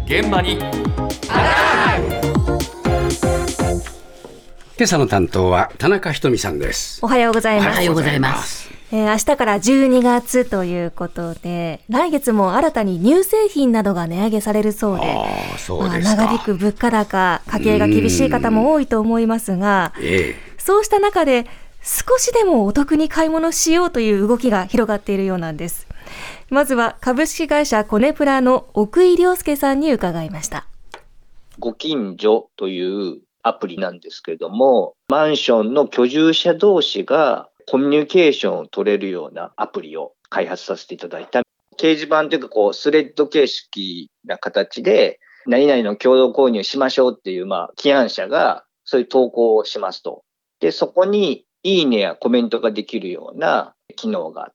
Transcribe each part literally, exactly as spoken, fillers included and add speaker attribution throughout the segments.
Speaker 1: 現場に
Speaker 2: 今朝の担当は田中ひとみさんです。
Speaker 3: おはようございます。
Speaker 1: おはようございます。
Speaker 3: えー、明日からじゅうにがつということで、来月も新たに乳製品などが値上げされるそうで、
Speaker 2: あそうですか。
Speaker 3: まあ、長引く物価高、家計が厳しい方も多いと思いますが、
Speaker 2: ええ、
Speaker 3: そうした中で少しでもお得に買い物しようという動きが広がっているようなんです。まずは株式会社コネプラの奥井亮介さんに伺いました。
Speaker 4: ご近所というアプリなんですけれども、マンションの居住者同士がコミュニケーションを取れるようなアプリを開発させていただいた。掲示板というかこうスレッド形式な形で何々の共同購入しましょうっていう、まあ、起案者がそういう投稿をしますと。で、そこにいいねやコメントができるような機能があって、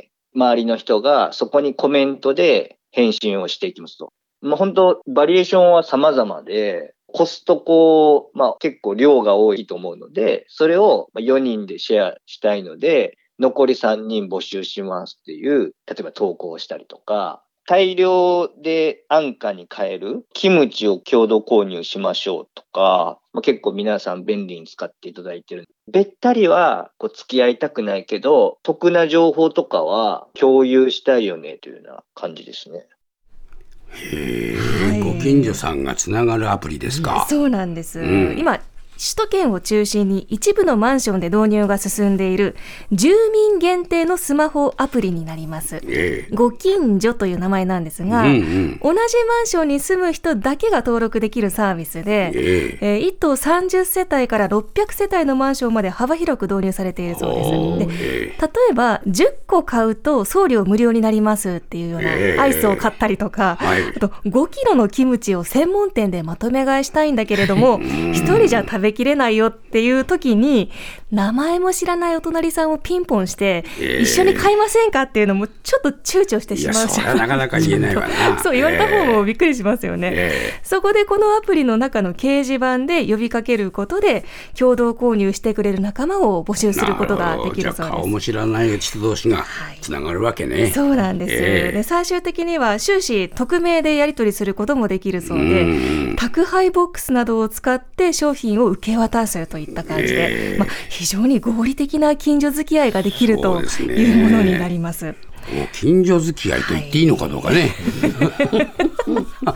Speaker 4: 周りの人がそこにコメントで返信をしていきますと。もう本当バリエーションは様々で、コストコ、まあ結構量が多いと思うので、それをよにんでシェアしたいので、残りさんにん募集しますっていう、例えば投稿をしたりとか、大量で安価に買えるキムチを共同購入しましょうとか、まあ、結構皆さん便利に使っていただいてる。べったりはこう付き合いたくないけど、得な情報とかは共有したいよねというような感じですね。
Speaker 2: へー、はい、ご近所さんがつながるアプリですか。
Speaker 3: そうなんです、うん、今首都圏を中心に一部のマンションで導入が進んでいる住民限定のスマホアプリになります、えー、ご近所という名前なんですが、うんうん、同じマンションに住む人だけが登録できるサービスで、えーえー、いっ棟さんじゅっせたいからろっぴゃくせたいのマンションまで幅広く導入されているそうです。で、例えばじゅっこ買うと送料無料になりますっていうようなアイスを買ったりとか、えーはい、あとごキロのキムチを専門店でまとめ買いしたいんだけれどもひとりじゃ食べきれないよっていう時に名前も知らないお隣さんをピンポンして、えー、一緒に買いませんかっていうのもちょっと躊躇してしまう。いや、
Speaker 2: それはなかなか言えないわな
Speaker 3: そう言われた方もびっくりしますよね、えー、そこでこのアプリの中の掲示板で呼びかけることで共同購入してくれる仲間を募集することができるそうです。
Speaker 2: じゃあ顔も知らない人同士がつながるわけね、はい、
Speaker 3: そうなんです、えー、で最終的には終始匿名でやり取りすることもできるそうで、宅配ボックスなどを使って商品を受け渡すといった感じで、えーまあ、非常に合理的な近所付き合いができるというものになります。
Speaker 2: 近所付き合いと言っていいのかどうかね、
Speaker 3: はい、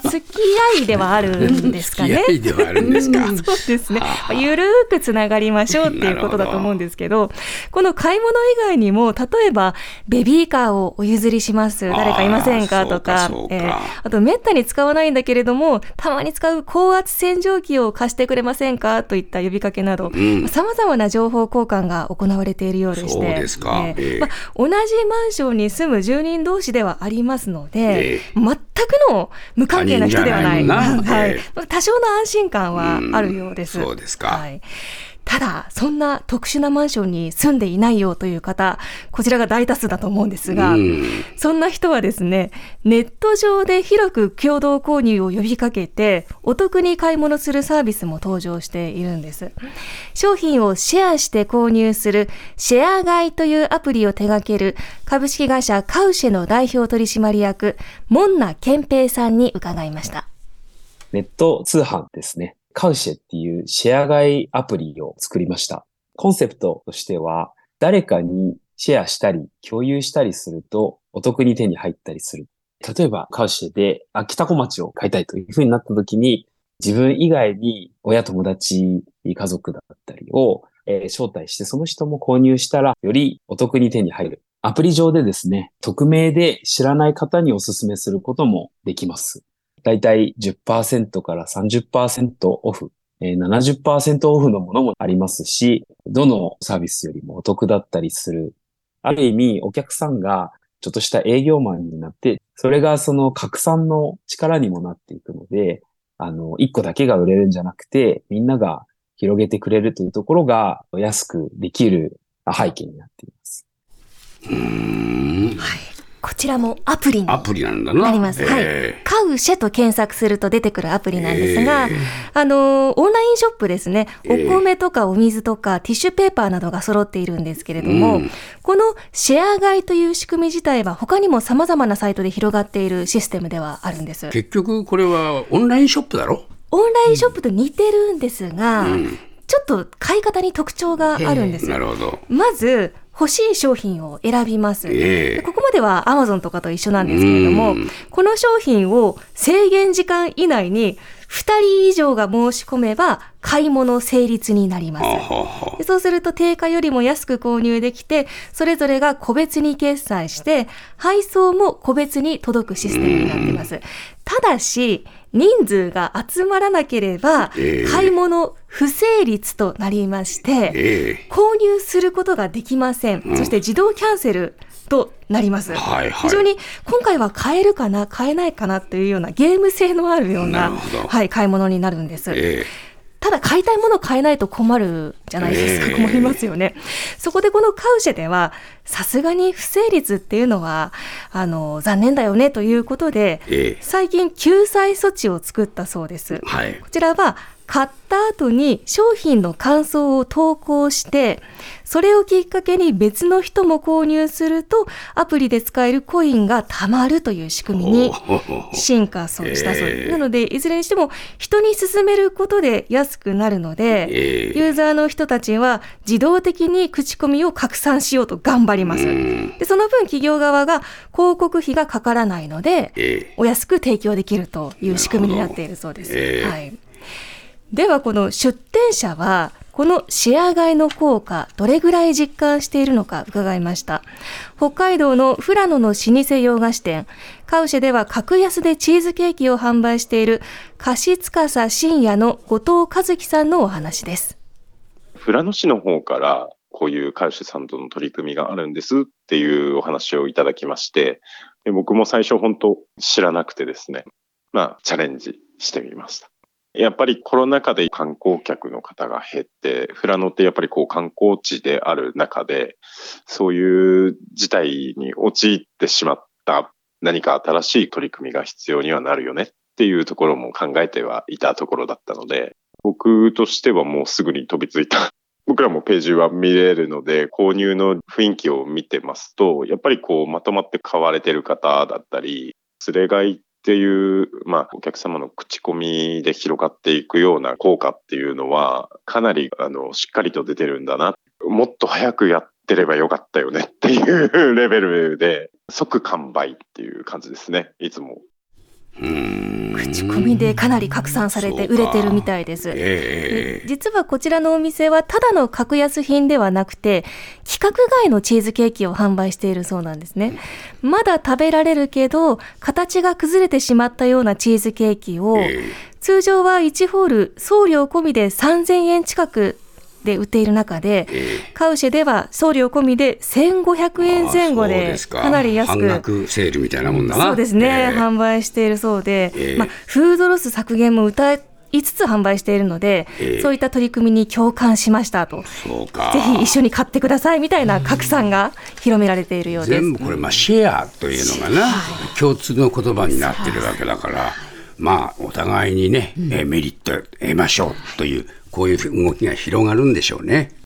Speaker 3: 付き合いではあるんですかね。
Speaker 2: 付き合いではあるんですか、うん、
Speaker 3: そうですね、ゆるーくつながりましょうっていうことだと思うんですけど、この買い物以外にも例えばベビーカーをお譲りします誰かいませんかとか、あ, えー、あとめったに使わないんだけれどもたまに使う高圧洗浄機を貸してくれませんかといった呼びかけなど、さまざまな情報交換が行われているようでして、そうですか、えーまあ、同じマンマンションに住む住人同士ではありますので、えー、全くの無関係な人ではない、はい、えー、多少の安心感はあるようです。
Speaker 2: そうですか、
Speaker 3: はい、ただそんな特殊なマンションに住んでいないよという方、こちらが大多数だと思うんですが、うん、そんな人はですね、ネット上で広く共同購入を呼びかけてお得に買い物するサービスも登場しているんです。商品をシェアして購入するシェア買いというアプリを手掛ける株式会社カウシェの代表取締役門名健平さんに伺いました。
Speaker 5: ネット通販ですね、カウシェっていうシェア買いアプリを作りました。コンセプトとしては、誰かにシェアしたり共有したりするとお得に手に入ったりする。例えばカウシェで秋田小町を買いたいというふうになった時に、自分以外に親、友達、家族だったりを、えー、招待してその人も購入したらよりお得に手に入る。アプリ上でですね、匿名で知らない方にお勧めすることもできます。だいたい じゅっパーセント から さんじゅっパーセント オフ、ななじゅっパーセント オフのものもありますし、どのサービスよりもお得だったりする。ある意味、お客さんがちょっとした営業マンになって、それがその拡散の力にもなっていくので、あの、一個だけが売れるんじゃなくて、みんなが広げてくれるというところが安くできる背景になっています。
Speaker 2: うーん、
Speaker 3: はい、こちらもアプリになります。
Speaker 2: アプリなんだな、
Speaker 3: はい、カカウシェと検索すると出てくるアプリなんですが、えー、あのオンラインショップですね、お米とかお水とかティッシュペーパーなどが揃っているんですけれども、うん、このシェア買いという仕組み自体は他にも様々なサイトで広がっているシステムではあるんです。
Speaker 2: 結局これはオンラインショップだろ。
Speaker 3: オンラインショップと似てるんですが、うん、ちょっと買い方に特徴があるんですよ。
Speaker 2: なるほど。
Speaker 3: まず欲しい商品を選びます。
Speaker 2: えー、
Speaker 3: ここまでは Amazon とかと一緒なんですけれども、この商品を制限時間以内にふたり以上が申し込めば買い物成立になります。でそうすると定価よりも安く購入できて、それぞれが個別に決済して配送も個別に届くシステムになっています。ただし人数が集まらなければ買い物不成立となりまして、購入することができません。そして自動キャンセルとなります。
Speaker 2: はいはい、
Speaker 3: 非常に今回は買えるかな買えないかなというようなゲーム性のあるような、はい、買い物になるんです。
Speaker 2: えー
Speaker 3: ただ買いたいものを買えないと困るじゃないですか、えー、困りますよね。そこでこのカウシェではさすがに不成立っていうのはあの残念だよねということで、
Speaker 2: えー、
Speaker 3: 最近救済措置を作ったそうです、
Speaker 2: はい、
Speaker 3: こちらは買った後に商品の感想を投稿して、それをきっかけに別の人も購入するとアプリで使えるコインが貯まるという仕組みに進化したそうです、えー、なのでいずれにしても人に勧めることで安くなるので、
Speaker 2: えー、
Speaker 3: ユーザーの人たちは自動的に口コミを拡散しようと頑張ります。でその分企業側が広告費がかからないので、
Speaker 2: えー、
Speaker 3: お安く提供できるという仕組みになっているそうです、
Speaker 2: えー
Speaker 3: はい。ではこの出店者はこのシェア買いの効果どれぐらい実感しているのか伺いました。北海道の富良野の老舗洋菓子店カウシェでは格安でチーズケーキを販売している菓子司深夜の後藤和樹さんのお話です。
Speaker 1: 富良野市の方からこういうカウシェさんとの取り組みがあるんですっていうお話をいただきまして、で僕も最初本当知らなくてですね、まあチャレンジしてみました。やっぱりコロナ禍で観光客の方が減って、富良野ってやっぱりこう観光地である中で、そういう事態に陥ってしまった何か新しい取り組みが必要にはなるよねっていうところも考えてはいたところだったので、僕としてはもうすぐに飛びついた。僕らもページは見れるので、購入の雰囲気を見てますと、やっぱりこうまとまって買われてる方だったり、連れ買いっていう、まあ、お客様の口コミで広がっていくような効果っていうのは、かなり、あの、しっかりと出てるんだな。もっと早くやってればよかったよねっていうレベルで、即完売っていう感じですね、いつも。
Speaker 2: うーん
Speaker 3: 口コミでかなり拡散されて売れてるみたいです、
Speaker 2: えー、
Speaker 3: 実はこちらのお店はただの格安品ではなくて規格外のチーズケーキを販売しているそうなんですね。まだ食べられるけど形が崩れてしまったようなチーズケーキを、
Speaker 2: えー、
Speaker 3: 通常はいちホール送料込みでさんぜんえん近くで売っている中で、
Speaker 2: えー、
Speaker 3: カウシェでは送料込みでせんごひゃくえんぜん後でかなり安く、
Speaker 2: 半額セールみたいなもんだな。
Speaker 3: そうですね、
Speaker 2: えー、
Speaker 3: 販売しているそうで、
Speaker 2: えー
Speaker 3: まあ、フードロス削減も歌いつつ販売しているので、えー、そういった取り組みに共感しましたと、
Speaker 2: そうか、
Speaker 3: ぜひ一緒に買ってくださいみたいな拡散が広められているようです。
Speaker 2: 全部これ、まあ、シェアというのがな、はい、共通の言葉になってるわけだから、まあ、お互いにね、うん、メリットを得ましょうというこういう動きが広がるんでしょうね。